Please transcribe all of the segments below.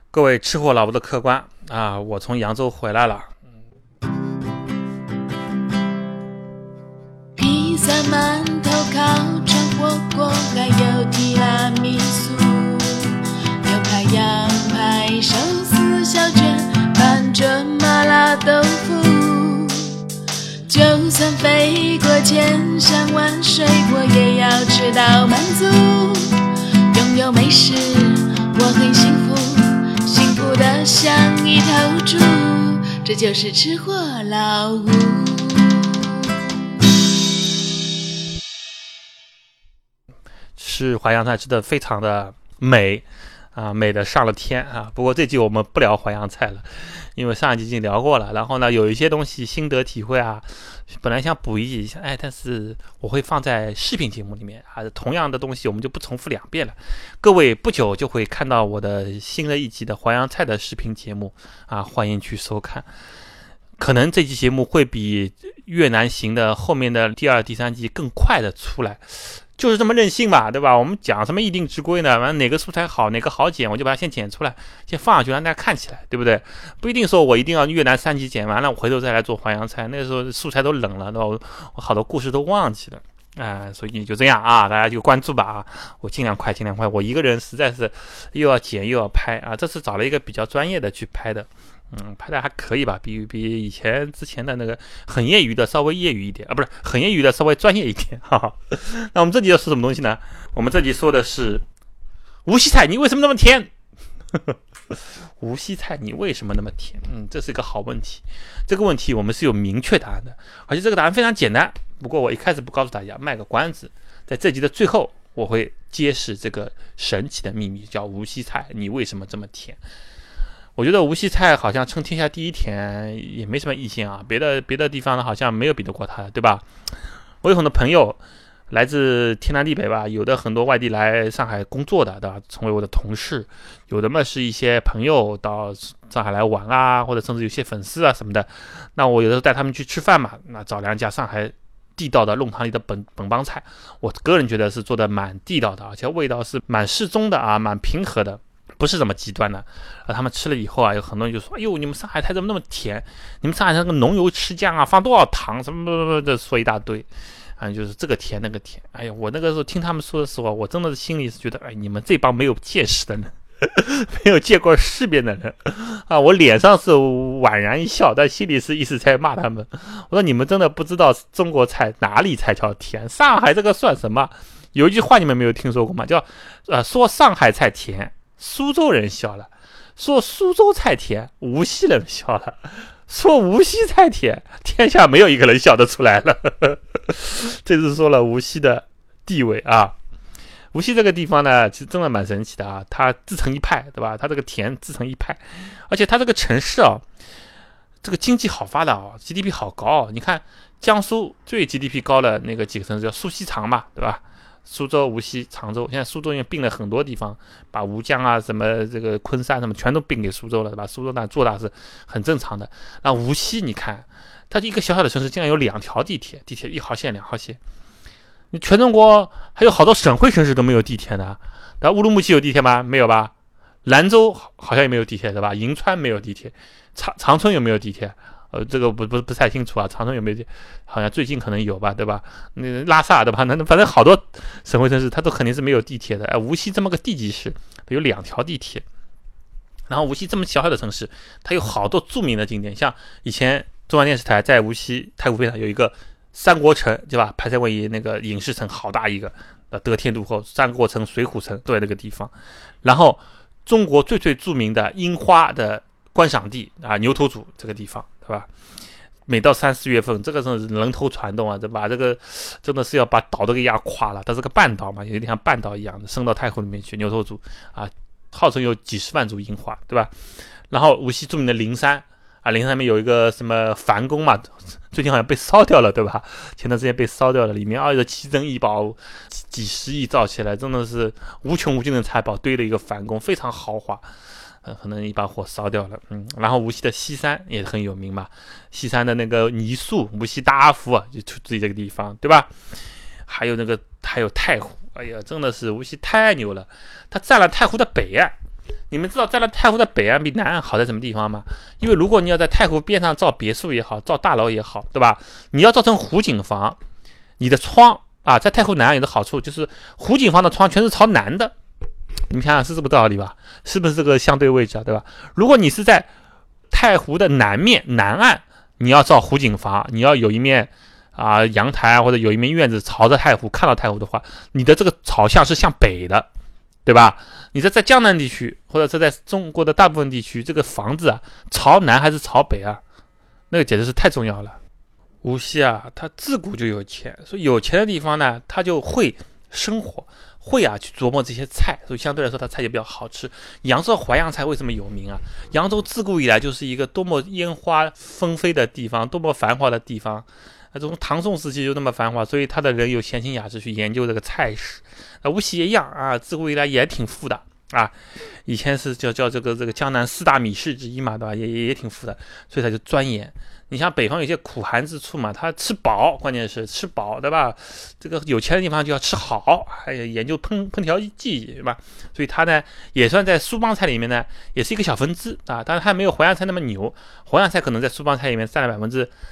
各位吃货老婆的客官啊，我从扬州回来了。 披萨、馒头、烤肠、火锅，还有提拉米苏，牛排、羊排、寿司、小卷、反正麻辣豆腐。就算飞过千山万水，我也要吃到满足。拥有美食，我很幸福，幸福的像一头猪，这就是吃货老吴。 吃淮扬菜吃的非常的美啊，美的上了天啊！不过这集我们不聊淮扬菜了，因为上一集已经聊过了。然后呢，有一些东西心得体会啊，本来想补一下，但是我会放在视频节目里面啊。同样的东西我们就不重复两遍了。各位不久就会看到我的新的一集的淮扬菜的视频节目啊，欢迎去收看。可能这期节目会比越南行的后面的第二、第三集更快的出来。就是这么任性吧，对吧？我们讲什么一定之规呢？完了哪个素材好，哪个好剪，我就把它先剪出来，先放上去，让大家看起来，对不对？不一定说我一定要越南3集剪完了，我回头再来做淮扬菜。那个时候素材都冷了，对吧？我好多故事都忘记了，所以就这样啊，大家就关注吧啊！我尽量快，尽量快。我一个人实在是又要剪又要拍啊，这次找了一个比较专业的去拍的。拍的还可以吧，比以前之前的那个很业余的稍微业余一点啊，不是很业余的稍微专业一点，哈哈。那我们这集要说什么东西呢？我们这集说的是无锡菜，你为什么那么甜？无锡菜你为什么那么甜？这是一个好问题。这个问题我们是有明确答案的，而且这个答案非常简单。不过我一开始不告诉大家，卖个关子，在这集的最后我会揭示这个神奇的秘密，叫无锡菜你为什么这么甜。我觉得无锡菜好像称天下第一甜也没什么意见啊，别的地方呢好像没有比得过它，对吧？我有很多朋友来自天南地北吧，有的很多外地来上海工作的，对吧？成为我的同事，有的嘛是一些朋友到上海来玩啊，或者甚至有些粉丝啊什么的。那我有的时候带他们去吃饭嘛，那找2家上海地道的弄堂里的本帮菜，我个人觉得是做的蛮地道的，而且味道是蛮适中的啊，蛮平和的。不是这么极端的，他们吃了以后啊，有很多人就说：“哎呦，你们上海菜怎么那么甜？你们上海菜那个浓油赤酱啊，放多少糖？什么的说一大堆，就是这个甜那个甜。”哎呀，我那个时候听他们说的时候，我真的是心里是觉得，你们这帮没有见识的人，没有见过世面的人啊！我脸上是宛然一笑，但心里是一直在骂他们。我说你们真的不知道中国菜哪里才叫甜？上海这个算什么？有一句话你们没有听说过吗？叫说上海菜甜。苏州人笑了，说苏州菜甜，无锡人笑了，说无锡菜甜，天下没有一个人笑得出来了。这是说了无锡的地位啊。无锡这个地方呢，其实真的蛮神奇的啊，它自成一派，对吧？它这个甜自成一派，而且它这个城市啊，这个经济好发达啊 ，GDP 好高。你看江苏最 GDP 高的那个几个城市叫苏锡常嘛，对吧？苏州、无锡、常州，现在苏州也并了很多地方，把吴江啊、什么这个昆山什么全都并给苏州了，对吧？苏州那做大是很正常的。那无锡，你看，它一个小小的城市竟然有2条地铁1号线、2号线。你全中国还有好多省会城市都没有地铁的，然后乌鲁木齐有地铁吗？没有吧？兰州好像也没有地铁，对吧？银川没有地铁，长春有没有地铁？这个不太清楚啊，长春有没有？好像最近可能有吧，对吧？那拉萨对吧？那反正好多省会城市它都肯定是没有地铁的。无锡这么个地级市，有2条地铁。然后无锡这么小小的城市，它有好多著名的景点，像以前中央电视台在无锡太湖边上有一个三国城，对吧？拍摄过那个影视城，好大一个，得天独厚，三国城、水浒城都在那个地方。然后中国最著名的樱花的观赏地啊，牛头渚这个地方，对吧？每到3、4月份，这个是人头攒动啊，对吧？这个真的是要把岛都给压垮了。它是个半岛嘛，有点像半岛一样的，升到太湖里面去。牛头渚啊，号称有几十万株樱花，对吧？然后无锡著名的灵山啊，灵山上面有一个什么梵宫嘛，最近好像被烧掉了，对吧？前段时间被烧掉了，里面的奇珍异宝几十亿造起来，真的是无穷无尽的财宝堆了一个梵宫，非常豪华。可能一把火烧掉了，然后无锡的西山也很有名嘛，西山的那个泥塑，无锡大阿福啊，就出自于这个地方，对吧？还有太湖，哎呀，真的是无锡太牛了，它占了太湖的北岸， 你们知道在太湖的北岸比南岸好在什么地方吗？因为如果你要在太湖边上造别墅也好，造大楼也好，对吧？你要造成湖景房，你的窗啊，在太湖南岸有的好处就是湖景房的窗全是朝南的，你们想想是这个道理吧？是不是这个相对位置啊，对吧？如果你是在太湖的南面南岸，你要造湖景房，你要有一面阳台或者有一面院子朝着太湖看到太湖的话，你的这个朝向是向北的，对吧？你在江南地区或者是在中国的大部分地区，这个房子啊朝南还是朝北啊，那个简直是太重要了。无锡啊，它自古就有钱，所以有钱的地方呢，它就会生活，会去琢磨这些菜，所以相对来说它菜就比较好吃。扬州淮扬菜为什么有名啊？扬州自古以来就是一个多么烟花纷飞的地方，多么繁华的地方。从唐宋时期就那么繁华，所以他的人有闲情雅致去研究这个菜史。无锡也一样啊，自古以来也挺富的啊。以前是叫这个江南4大米市之一嘛，对吧？也挺富的，所以他就钻研。你像北方有些苦寒之处嘛，他吃饱，关键是吃饱，对吧？这个有钱的地方就要吃好，还有研究烹调技艺，对吧？所以他呢也算在苏帮菜里面呢，也是一个小分支啊。当然他没有淮扬菜那么牛，淮扬菜可能在苏帮菜里面占了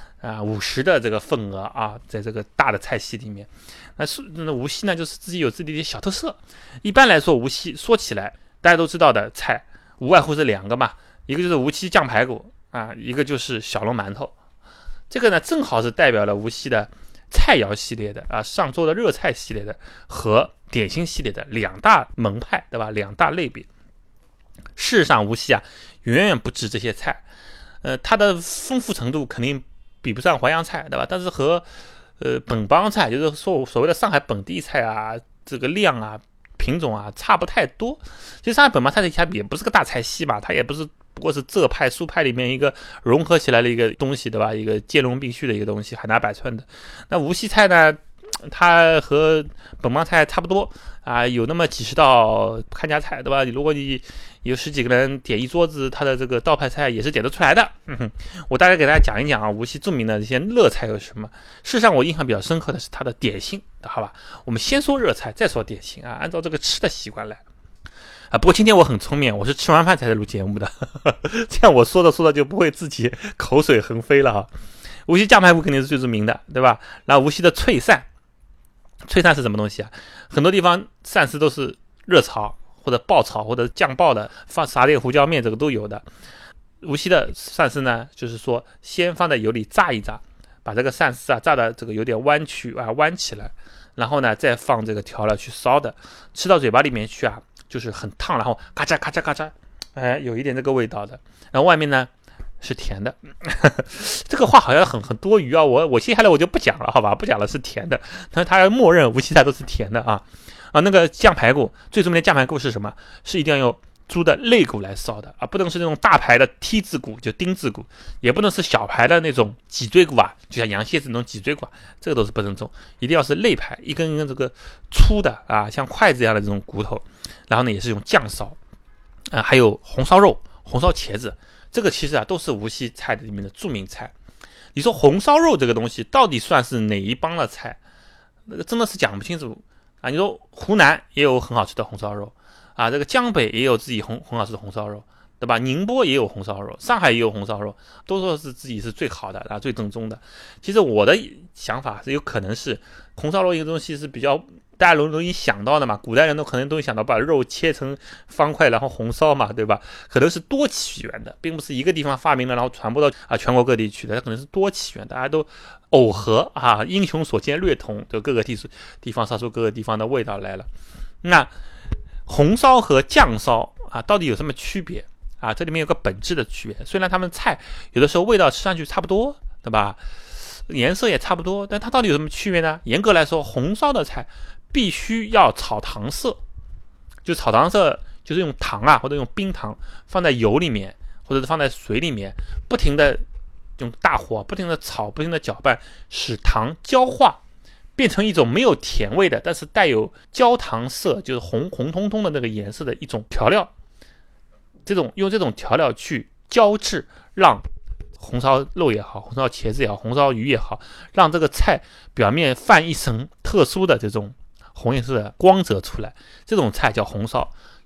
50%的这个份额啊，在这个大的菜系里面。那无锡呢，就是自己有自己的小特色。一般来说，无锡说起来大家都知道的菜，无外乎是2个嘛，一个就是无锡酱排骨啊，一个就是小笼馒头。这个呢，正好是代表了无锡的菜肴系列的上桌的热菜系列的和点心系列的2大门派，对吧？2大类别。事实上，无锡远远不止这些菜，它的丰富程度肯定比不上淮扬菜，对吧？但是和本帮菜，就是说所谓的上海本地菜这个量品种差不太多。其实上海本帮菜它也不是个大菜系嘛，它也不过是浙派苏派里面一个融合起来的一个东西，对吧？一个兼容并蓄的一个东西，海纳百川的。那无锡菜呢，它和本帮菜差不多有那么几十道看家菜，对吧？如果你有10几个人点一桌子，它的这个道派菜也是点得出来的。我大概给大家讲一讲无锡著名的这些热菜有什么。事实上，我印象比较深刻的是它的点心，好吧？我们先说热菜，再说点心按照这个吃的习惯来。不过今天我很聪明，我是吃完饭才在录节目的，这样我说着就不会自己口水横飞了无锡酱排骨肯定是最著名的，对吧？然后无锡的脆鳝是什么东西很多地方鳝丝都是热炒或者爆炒或者酱爆的，撒点胡椒面，这个都有的。无锡的鳝丝呢，就是说先放在油里炸一炸，把这个鳝丝炸的这个有点弯曲弯起来，然后呢再放这个调料去烧的，吃到嘴巴里面去就是很烫，然后咔嚓咔嚓咔嚓，有一点这个味道的。然后外面呢是甜的，这个话好像很多余我接下来我就不讲了，好吧？不讲了，是甜的。但是他默认无锡菜都是甜的那个酱排骨最著名的酱排骨是什么？是一定要用猪的肋骨来烧的不能是那种大排的 T 字骨，就丁字骨，也不能是小排的那种脊椎骨就像羊蝎子那种脊椎骨这个都是不正宗，一定要是肋排，一根一根这个粗的像筷子一样的这种骨头，然后呢也是用酱烧还有红烧肉、红烧茄子，这个其实都是无锡菜里面的著名菜。你说红烧肉这个东西到底算是哪一帮的菜？那个真的是讲不清楚你说湖南也有很好吃的红烧肉这个江北也有自己很好吃的红烧肉，对吧？宁波也有红烧肉，上海也有红烧肉，都说是自己是最好的最正宗的。其实我的想法是有可能是红烧肉一个东西是比较大家容易想到的嘛，古代人都可能都想到把肉切成方块然后红烧嘛，对吧？可能是多起源的，并不是一个地方发明了然后传播到全国各地去的，它可能是多起源，大家都耦合英雄所见略同，就各个地方烧出各个地方的味道来了。那红烧和酱烧到底有什么区别这里面有个本质的区别。虽然他们菜有的时候味道吃上去差不多，对吧？颜色也差不多，但它到底有什么区别呢？严格来说，红烧的菜必须要炒糖色，就炒糖色就是用糖或者用冰糖放在油里面或者是放在水里面，不停的用大火不停的炒，不停的搅拌，使糖焦化，变成一种没有甜味的但是带有焦糖色，就是红彤彤的那个颜色的一种调料。用这种调料去浇制，让红烧肉也好，红烧茄子也好，红烧鱼也好，让这个菜表面泛一层特殊的这种红颜色的光泽出来，这种菜叫红烧。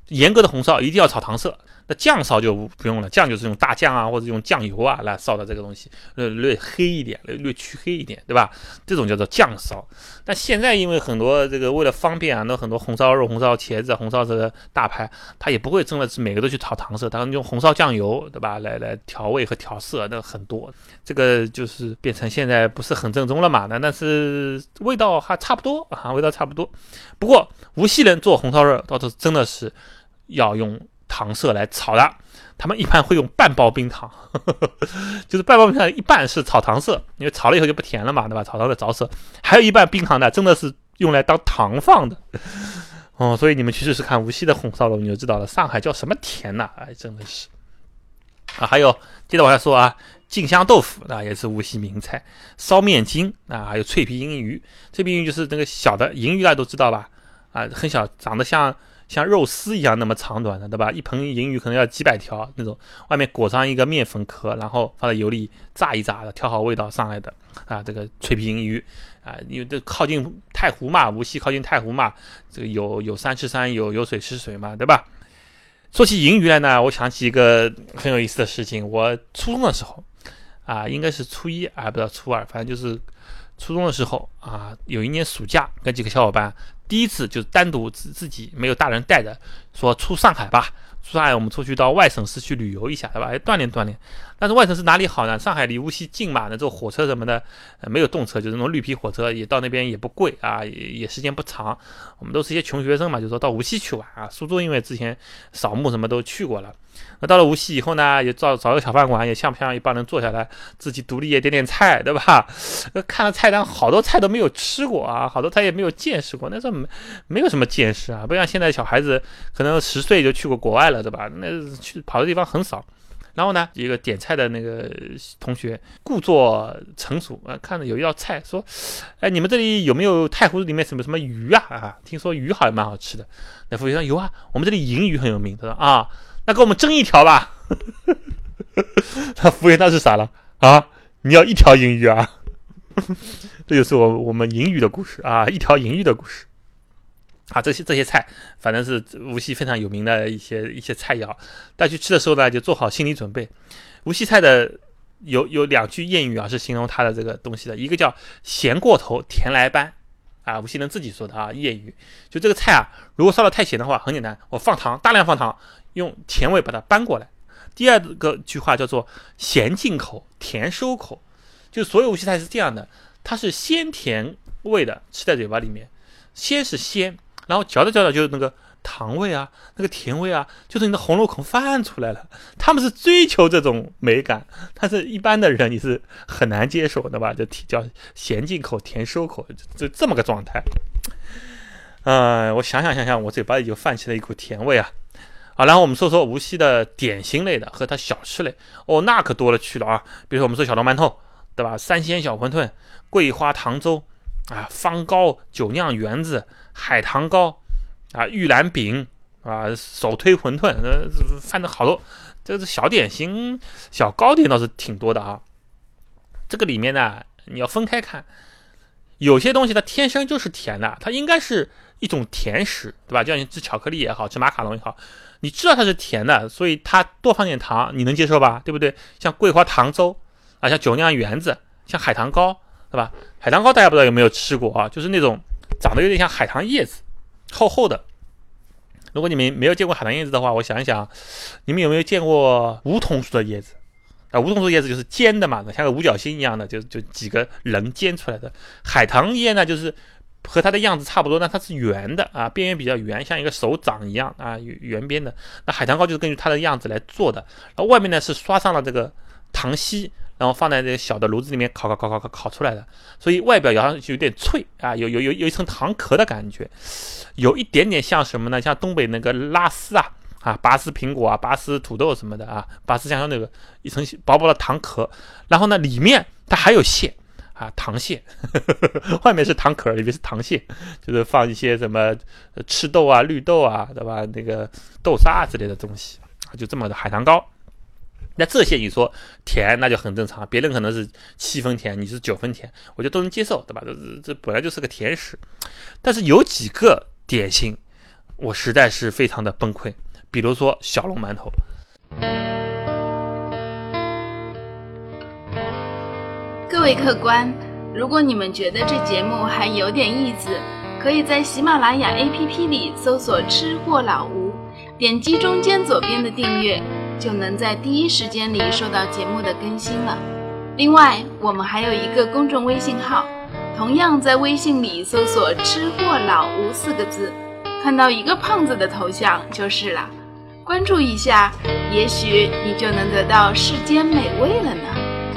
严格的红烧一定要炒糖色，那酱烧就不用了，酱就是用大酱啊或者用酱油啊来烧的这个东西，略黑一点，略黢黑一点，对吧？这种叫做酱烧。但现在因为很多这个为了方便啊，那很多红烧肉、红烧茄子、红烧这个大排，它也不会真的是每个都去炒糖色，它用红烧酱油，对吧？来调味和调色，那很多。这个就是变成现在不是很正宗了嘛？但是味道还差不多啊，味道差不多。不过无锡人做红烧肉倒是真的是要用糖色来炒的，他们一般会用半包冰糖，就是半包冰糖一半是炒糖色，因为炒了以后就不甜了嘛，对吧？炒糖的着色，还有一半冰糖呢，真的是用来当糖放的。哦，所以你们去试试看无锡的红烧肉，你就知道了。上海叫什么甜呐？哎，真的是啊。还有接着往下说啊，镜香豆腐啊也是无锡名菜，烧面筋啊，还有脆皮银鱼。脆皮银鱼就是那个小的银鱼，大家都知道吧？啊，很小，长得像肉丝一样那么长短的，对吧？一盆银鱼可能要几百条那种，外面裹上一个面粉壳，然后放在油里炸一炸的，调好味道上来的啊。这个脆皮银鱼啊，因为这靠近太湖嘛，无锡靠近太湖嘛，这个有山吃山，有水吃水嘛，对吧？说起银鱼来呢，我想起一个很有意思的事情。我初中的时候啊，应该是初一啊，不知道初二，反正就是初中的时候啊，有一年暑假跟几个小伙伴第一次就是单独自己没有大人带着，说出上海吧，出上海我们出去到外省市去旅游一下，对吧？锻炼锻炼。但是外省市哪里好呢？上海离无锡近嘛，那这火车什么的，没有动车，就是那种绿皮火车，也到那边也不贵啊，也时间不长。我们都是一些穷学生嘛，就说到无锡去玩啊。苏州因为之前扫墓什么都去过了。那到了无锡以后呢，也找个小饭馆，也像不像一帮人坐下来自己独立也点点菜，对吧？看了菜单，好多菜都没有吃过啊，好多菜也没有见识过，那时候没有什么见识啊，不像现在小孩子可能10岁就去过国外了，对吧？那去跑的地方很少。然后呢，一个点菜的那个同学故作成熟啊，看着有一道菜说：“哎，你们这里有没有太湖里面什么鱼啊？啊，听说鱼好像蛮好吃的。”那服务员说：“有啊，我们这里银鱼很有名。”他说：“啊，那给我们蒸一条吧。”那服务员当时傻了啊，你要一条银鱼啊？这就是我们银鱼的故事啊，一条银鱼的故事。啊，这些菜反正是无锡非常有名的一些菜肴，大家去吃的时候呢，就做好心理准备。无锡菜的有2句谚语啊，是形容它的这个东西的，一个叫咸过头，甜来斑啊，无锡人自己说的啊，谚语。就这个菜啊，如果烧得太咸的话，很简单，我放糖，大量放糖，用甜味把它搬过来。第二个句话叫做咸进口，甜收口，就所有无锡菜是这样的，它是鲜甜味的，吃在嘴巴里面，先是鲜。然后嚼着嚼着就是那个糖味啊，那个甜味啊，就是你的红楼孔泛出来了。他们是追求这种美感，但是一般的人你是很难接受的吧？就叫咸进口，甜收口，就这么个状态。我想，我嘴巴里就泛起了一股甜味啊。好，然后我们说说无锡的点心类的和它小吃类。哦，那可多了去了啊！比如说我们说小笼馒头，对吧？三鲜小馄饨、桂花糖粥啊、方糕、酒酿圆子、海棠糕啊、玉兰饼啊、手推馄饨，反正好多。这个小点心、小糕点倒是挺多的啊。这个里面呢，你要分开看，有些东西它天生就是甜的，它应该是一种甜食，对吧？就像你吃巧克力也好，吃马卡龙也好，你知道它是甜的，所以它多放点糖，你能接受吧？对不对？像桂花糖粥啊，像酒酿圆子，像海棠糕，对吧？海棠糕大家不知道有没有吃过啊？就是那种长得有点像海棠叶子，厚厚的。如果你们没有见过海棠叶子的话，我想一想，你们有没有见过梧桐树的叶子？啊，梧桐树叶子就是尖的嘛，像个五角星一样的，就几个棱尖出来的。海棠叶呢，就是和它的样子差不多，但它是圆的啊，边缘比较圆，像一个手掌一样啊，圆边的。那海棠糕就是根据它的样子来做的，然后外面呢是刷上了这个糖稀，然后放在这个小的炉子里面烤出来的，所以外表咬上去有点脆啊，有一层糖壳的感觉，有一点点像什么呢？像东北那个拉丝啊，拔丝苹果啊，拔丝土豆什么的啊，拔丝香蕉那个一层薄薄的糖壳，然后呢里面它还有馅啊，糖馅，外面是糖壳，里面是糖馅，就是放一些什么赤豆啊、绿豆啊，对吧？那个豆沙之类的东西啊，就这么的海棠糕。那这些你说甜那就很正常，别人可能是7分甜，你是9分甜，我觉得都能接受，对吧？这本来就是个甜食。但是有几个点心我实在是非常的崩溃。比如说小笼馒头。 各位客官，如果你们觉得这节目还有点意思，可以在喜马拉雅 APP 里搜索吃货老吴，点击中间左边的订阅，就能在第一时间里收到节目的更新了。另外，我们还有一个公众微信号，同样在微信里搜索吃货老吴4个字，看到一个胖子的头像就是了。关注一下，也许你就能得到世间美味了呢。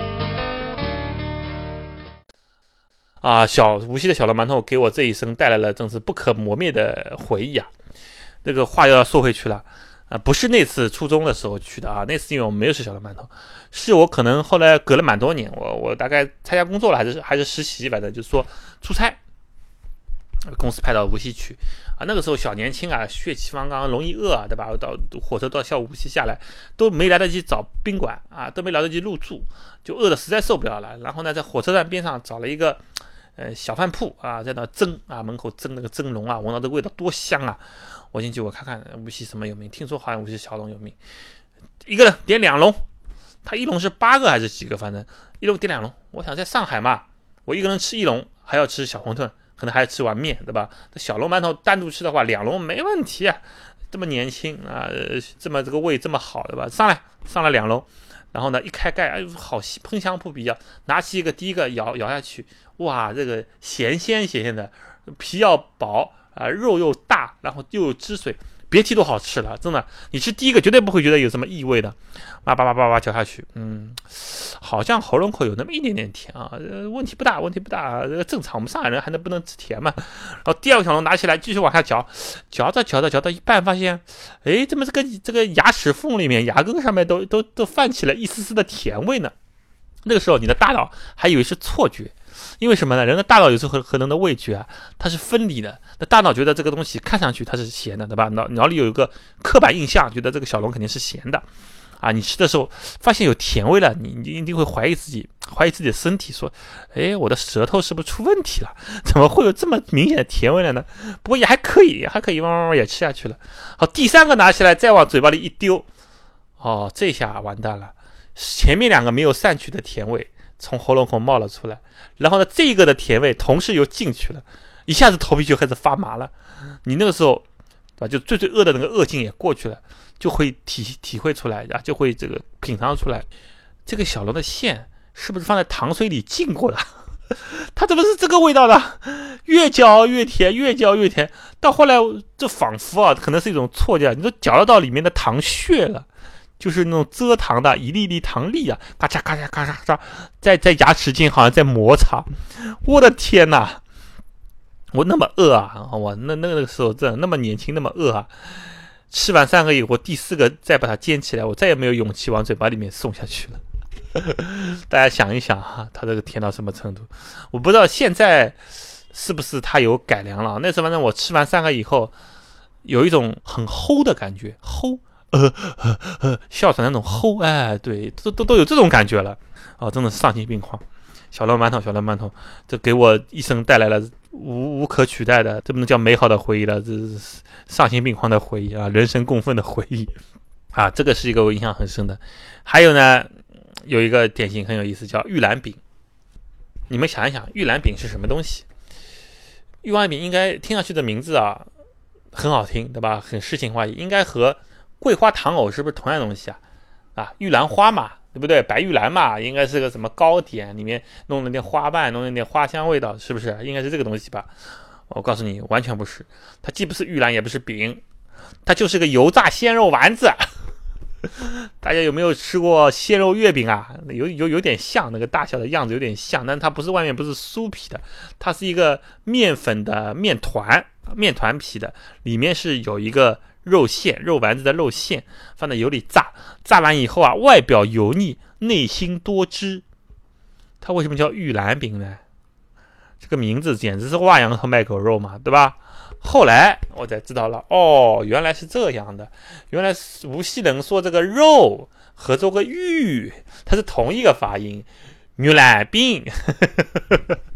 无锡的小笼馒头给我这一生带来了真是不可磨灭的回忆啊！这个话又要说回去了不是那次初中的时候去的啊，那次因为我们没有吃小笼馒头，是我可能后来隔了蛮多年，我大概参加工作了还是实习，反正就是说出差，公司派到无锡去那个时候小年轻血气方刚，容易饿对吧？到火车到无锡下来都没来得及找宾馆都没来得及入住，就饿得实在受不了了。然后呢，在火车站边上找了一个小饭铺在那蒸门口蒸那个蒸笼闻到这味道多香我进去我看看无锡什么有名，听说好像无锡小笼有名，一个人点2笼，他一笼是8个还是几个，反正一笼点2笼。我想在上海嘛，我一个人吃1笼还要吃小馄饨，可能还要吃碗面对吧？小笼馒头单独吃的话2笼没问题这么年轻这么这个胃这么好对吧？上来2笼，然后呢一开盖好喷香扑鼻拿起第一个咬下去，哇，这个咸鲜的，皮要薄肉又大，然后又有汁水，别提多好吃了，真的。你吃第一个绝对不会觉得有什么异味的，叭嚼下去，好像喉咙口有那么一点点甜问题不大，这个正常，我们上海人还能不能吃甜嘛？然后第2个小笼拿起来继续往下嚼到一半，发现，怎么这个牙齿缝里面、牙根上面都泛起了一丝丝的甜味呢？那个时候你的大脑还以为是错觉。因为什么呢？人的大脑有时候和人的味觉它是分离的。那大脑觉得这个东西看上去它是咸的，对吧？脑里有一个刻板印象，觉得这个小笼肯定是咸的你吃的时候发现有甜味了，你一定会怀疑自己的身体，说，我的舌头是不是出问题了？怎么会有这么明显的甜味了呢？不过也还可以，慢慢也吃下去了。好，第3个拿起来再往嘴巴里一丢，这下完蛋了，前面2个没有散去的甜味从喉咙口冒了出来，然后呢，这个的甜味同时又进去了，一下子头皮就开始发麻了。你那个时候就最饿的那个恶劲也过去了，就会体会出来就会这个品尝出来，这个小笼的馅是不是放在糖水里浸过了？它怎么是这个味道呢？越嚼越甜，越嚼越甜，到后来这仿佛可能是一种错觉，你都嚼得到里面的糖屑了。就是那种蔗糖的一粒粒糖粒咔嚓咔嚓咔嚓咔嚓，在牙齿间好像在摩擦。我的天哪！我那么饿我那个时候真的那么年轻，那么饿吃完3个以后，第4个再把它煎起来，我再也没有勇气往嘴巴里面送下去了。大家想一想它这个甜到什么程度？我不知道现在是不是它有改良了。那时候反正我吃完3个以后，有一种很齁的感觉，齁。哮喘那种齁，对，都有这种感觉了真的是丧心病狂。小笼馒头，这给我一生带来了无可取代的，这不能叫美好的回忆了，这是丧心病狂的回忆人神共愤的回忆这个是一个我印象很深的。还有呢，有一个典型很有意思，叫玉兰饼。你们想一想，玉兰饼是什么东西？玉兰饼应该听上去的名字很好听，对吧？很诗情画意，应该和桂花糖藕是不是同样东西玉兰花嘛，对不对？白玉兰嘛，应该是个什么糕点，里面弄了点花瓣，弄了点花香味道，是不是？应该是这个东西吧？我告诉你，完全不是。它既不是玉兰，也不是饼，它就是个油炸鲜肉丸子。大家有没有吃过鲜肉月饼有点像，那个大小的样子有点像，但它不是外面不是酥皮的，它是一个面粉的面团皮的，里面是有一个肉丸子的肉馅，放在油里炸完以后外表油腻，内心多汁。它为什么叫玉兰饼呢？这个名字简直是挖羊头卖狗肉嘛，对吧？后来我才知道了，原来是这样的，原来无锡人说这个肉和这个玉它是同一个发音，玉兰饼。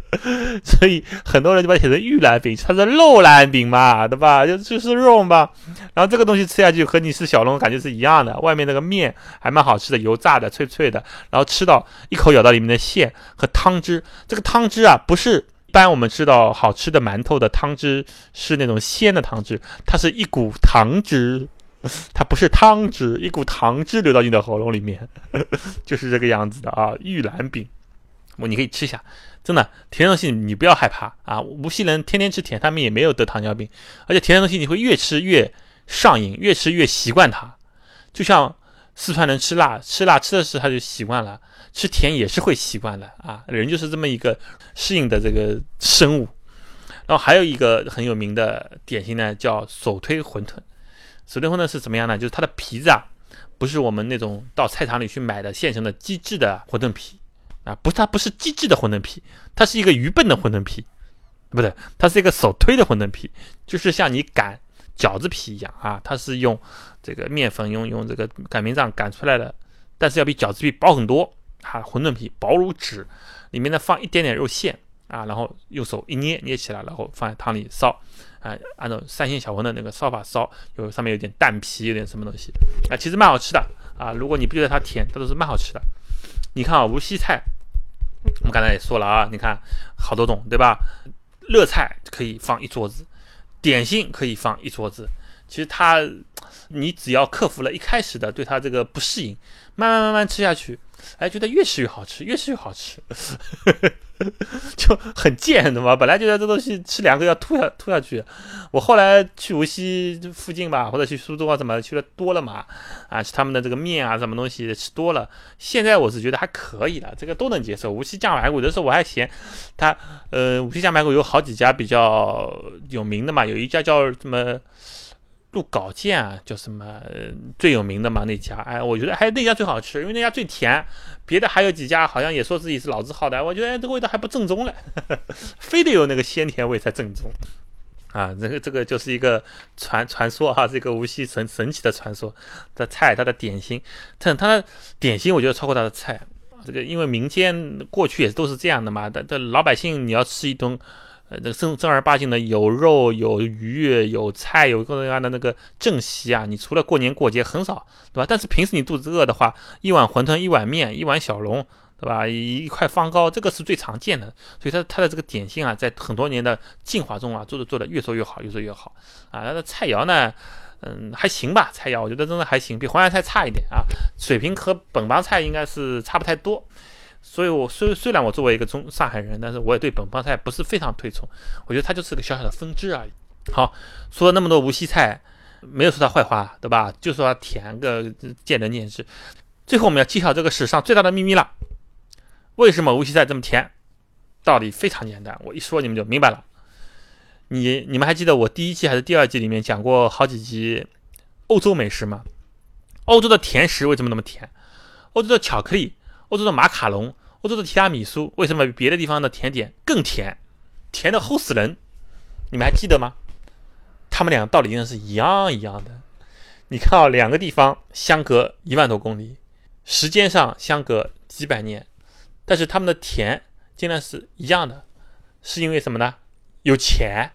所以很多人就把它写成玉兰饼，它是肉兰饼嘛，对吧？就是肉嘛。然后这个东西吃下去和你吃小笼感觉是一样的，外面那个面还蛮好吃的，油炸的，脆脆的，然后吃到一口咬到里面的馅和汤汁。这个汤汁啊，不是一般我们知道好吃的馒头的汤汁是那种鲜的汤汁，它是一股糖汁。它不是汤汁，一股糖汁流到你的喉咙里面，就是这个样子的啊！玉兰饼，你可以吃一下，真的甜的东西你不要害怕啊！无锡人天天吃甜，他们也没有得糖尿病，而且甜的东西你会越吃越上瘾，越吃越习惯它。就像四川人吃辣吃的是他就习惯了，吃甜也是会习惯的啊！人就是这么一个适应的这个生物。然后还有一个很有名的点心呢，叫手推馄饨。手推馄饨是怎么样呢？就是它的皮子啊，不是我们那种到菜场里去买的现成的机制的馄饨皮啊，它不是机制的馄饨皮，它是一个愚笨的馄饨皮，不对，它是一个手推的馄饨皮，就是像你擀饺子皮一样啊，它是用这个面粉用这个擀面杖擀出来的，但是要比饺子皮薄很多啊，馄饨皮薄如纸，里面呢放一点点肉馅啊，然后用手一捏起来，然后放在汤里烧。按照三鲜小馄的那个烧法烧，上面有点蛋皮，有点什么东西啊，其实蛮好吃的啊。如果你不觉得它甜，它都是蛮好吃的。你看啊，无锡菜，我们刚才也说了啊，你看好多种，对吧？热菜可以放一桌子，点心可以放一桌子。其实你只要克服了一开始的对它这个不适应，慢慢吃下去，觉得越吃越好吃，越吃越好吃。就很贱的嘛，本来觉得这东西吃2个要吐下去。我后来去无锡附近吧，或者去苏州啊什么的，去的多了嘛，吃他们的这个面啊什么东西吃多了，现在我是觉得还可以了，这个都能接受。无锡酱排骨有的时候我还嫌它，无锡酱排骨有好几家比较有名的嘛，有一家叫什么鹿稿件啊，叫什么最有名的嘛那家，我觉得还那家最好吃，因为那家最甜，别的还有几家好像也说自己是老字号的，我觉得这个味道还不正宗了，非得有那个鲜甜味才正宗啊！这个就是一个传说哈，这个无锡神奇的传说的菜，它的点心，它的点心我觉得超过它的菜，这个因为民间过去也都是这样的嘛，的老百姓你要吃一顿。正儿八经的有肉有鱼有菜有各种各样的那个正席啊，你除了过年过节很少，对吧？但是平时你肚子饿的话，一碗馄饨一碗面一碗小笼，对吧？一块方糕，这个是最常见的。所以它的这个点心啊，在很多年的进化中啊，做的越做越好，越做越好啊。它的菜肴呢，还行吧，菜肴我觉得真的还行，比淮扬菜差一点啊，水平和本帮菜应该是差不太多。所以虽然我作为一个上海人，但是我也对本帮菜不是非常推崇，我觉得它就是个小小的分支而已。好，说了那么多无锡菜，没有说它坏话，对吧？就说它甜个见仁见智。最后我们要揭晓这个史上最大的秘密了，为什么无锡菜这么甜？道理非常简单，我一说你们就明白了。你们还记得我第1季还是第2季里面讲过好几集欧洲美食吗？欧洲的甜食为什么那么甜？欧洲的巧克力，欧洲的马卡龙，欧洲的提拉米苏，为什么比别的地方的甜点更甜？甜的齁死人！你们还记得吗？他们两个道理真的是一样的。你看啊，2个地方相隔1万多公里，时间上相隔几百年，但是他们的甜竟然是一样的，是因为什么呢？有钱。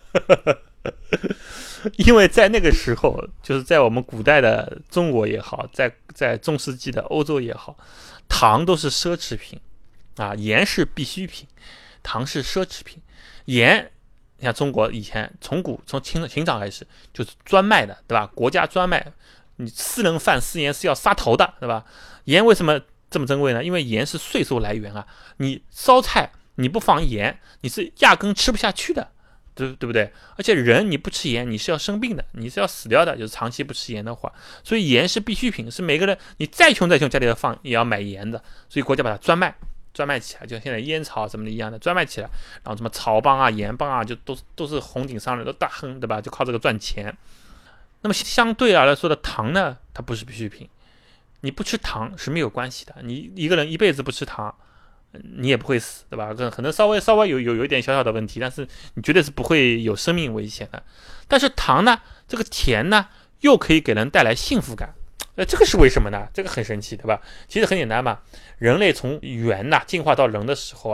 因为在那个时候，就是在我们古代的中国也好，在中世纪的欧洲也好，糖都是奢侈品啊，盐是必需品，糖是奢侈品。盐，你看中国以前从秦朝开始就是专卖的，对吧？国家专卖，你私人贩私盐是要杀头的，对吧？盐为什么这么珍贵呢？因为盐是税收来源啊，你烧菜你不放盐，你是压根吃不下去的。对不对？而且人你不吃盐，你是要生病的，你是要死掉的，就是长期不吃盐的话。所以盐是必需品，是每个人你再穷家里要放也要买盐的。所以国家把它专卖起来，就像现在烟草什么的一样的专卖起来。然后什么草帮啊、盐帮啊，就都是红顶商人都大亨，对吧？就靠这个赚钱。那么相对来说的糖呢，它不是必需品，你不吃糖是没有关系的。你一个人一辈子不吃糖，你也不会死，对吧？可能稍微有一点小小的问题，但是你绝对是不会有生命危险的。但是糖呢，这个甜呢，又可以给人带来幸福感。这个是为什么呢？这个很神奇，对吧？其实很简单嘛，人类从猿进化到人的时候啊，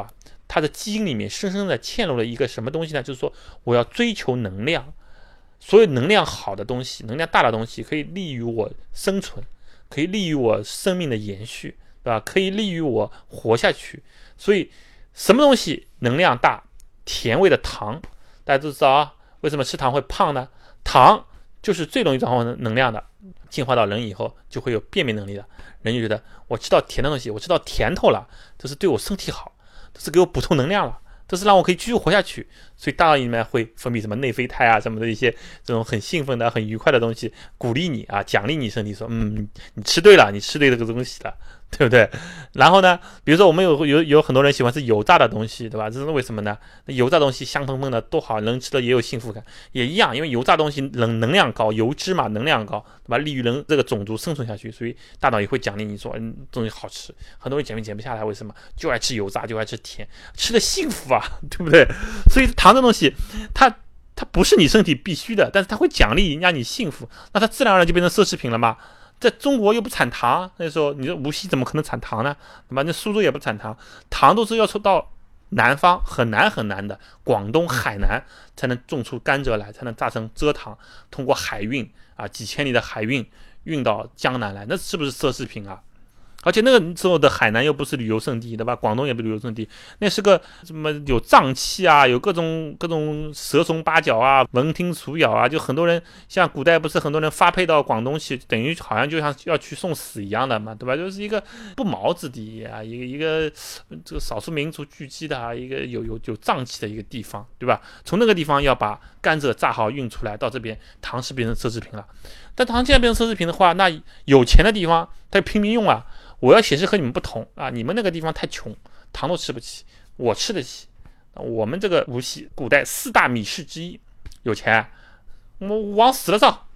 它的基因里面深深的嵌入了一个什么东西呢？就是说我要追求能量，所有能量好的东西，能量大的东西可以利于我生存，可以利于我生命的延续，对吧？可以利于我活下去。所以什么东西能量大？甜味的糖，大家都知道啊，为什么吃糖会胖呢？糖就是最容易转化能量的，进化到人以后就会有辨别能力的。人就觉得我吃到甜的东西，我吃到甜头了，这是对我身体好，这是给我补充能量了，这是让我可以继续活下去。所以大脑里面会分泌什么内啡肽啊什么的一些这种很兴奋的很愉快的东西，鼓励你啊，奖励你身体说你吃对了，你吃对这个东西了，对不对？然后呢，比如说我们有很多人喜欢吃油炸的东西，对吧？这是为什么呢？油炸东西香喷喷的多好，人吃了也有幸福感，也一样，因为油炸东西能量高，油脂嘛能量高，对吧？利于人这个种族生存下去，所以大脑也会奖励你说东西好吃。很多人减不下来，为什么？就爱吃油炸，就爱吃甜，吃的幸福啊，对不对？所以糖这东西它不是你身体必须的，但是它会奖励让你幸福，那它自然而然就变成奢侈品了嘛。在中国又不产糖，那时候你说无锡怎么可能产糖呢？对吧？那苏州也不产糖，糖都是要抽到南方很难的广东海南才能种出甘蔗来，才能榨成蔗糖，通过海运啊几千里的海运到江南来，那是不是奢侈品啊？而且那个时候的海南又不是旅游胜地，对吧？广东也不是旅游胜地，那是个什么有瘴气啊，有各种蛇虫八角啊，蚊叮鼠咬啊，就很多人像古代不是很多人发配到广东去，等于好像就像要去送死一样的嘛，对吧？就是一个不毛之地啊，一个这个少数民族聚集的啊，一个有瘴气的一个地方，对吧？从那个地方要把甘蔗榨好运出来，到这边糖是变成奢侈品了。但糖既然变成奢侈品的话，那有钱的地方他就拼命用啊。我要显示和你们不同啊！你们那个地方太穷，糖都吃不起，我吃得起。我们这个无锡古代4大米市之一，有钱，我往死了烧，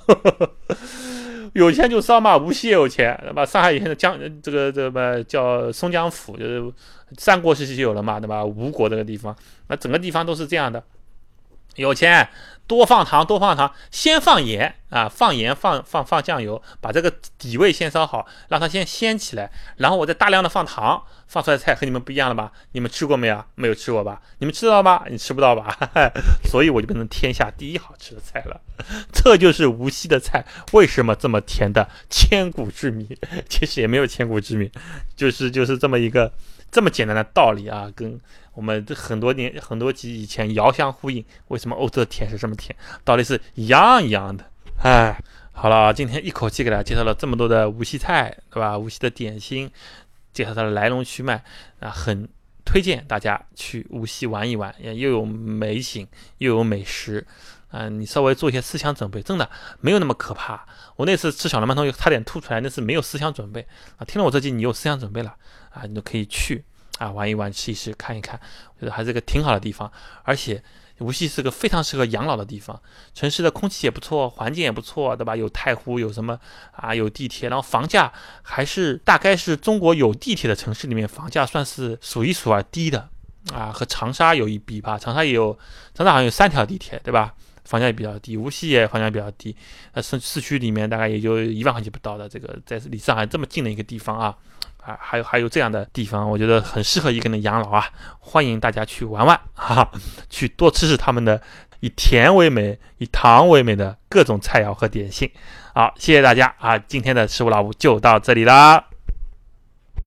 有钱就烧嘛。无锡也有钱，对吧？上海以前的这个叫松江府，就是三国时期就有了嘛，对吧？吴国这个地方，那整个地方都是这样的。有钱多放糖，先放盐啊，放盐放酱油，把这个底味先烧好，让它先鲜起来，然后我再大量的放糖，放出来的菜和你们不一样了吧？你们吃过没有？没有吃过吧？你们吃到吗？你吃不到吧？所以我就变成天下第一好吃的菜了。这就是无锡的菜为什么这么甜的千古之谜。其实也没有千古之谜，就是这么一个这么简单的道理啊，跟我们很多集以前遥相呼应。为什么欧洲的甜是这么甜？道理是一样的。哎，好了，今天一口气给大家介绍了这么多的无锡菜，对吧？无锡的点心，介绍它的来龙去脉啊，很推荐大家去无锡玩一玩，又有美景又有美食啊，你稍微做一些思想准备，真的没有那么可怕。我那次吃小笼馒头差点吐出来，那是没有思想准备啊。听了我这集，你有思想准备了啊，你都可以去啊玩一玩，吃一吃，看一看，我觉得还是个挺好的地方。而且无锡是个非常适合养老的地方，城市的空气也不错，环境也不错，对吧？有太湖，有什么啊？有地铁，然后房价还是大概是中国有地铁的城市里面房价算是数一数二低的啊，和长沙有一比吧。长沙好像有3条地铁，对吧？房价也比较低，无锡也房价比较低，市区里面大概也就1万块钱不到的，这个在离上海这么近的一个地方啊，还有这样的地方，我觉得很适合一个人养老啊，欢迎大家去玩玩啊，去多吃吃他们的以甜为美、以糖为美的各种菜肴和点心。好，谢谢大家啊，今天的食物老吴就到这里啦。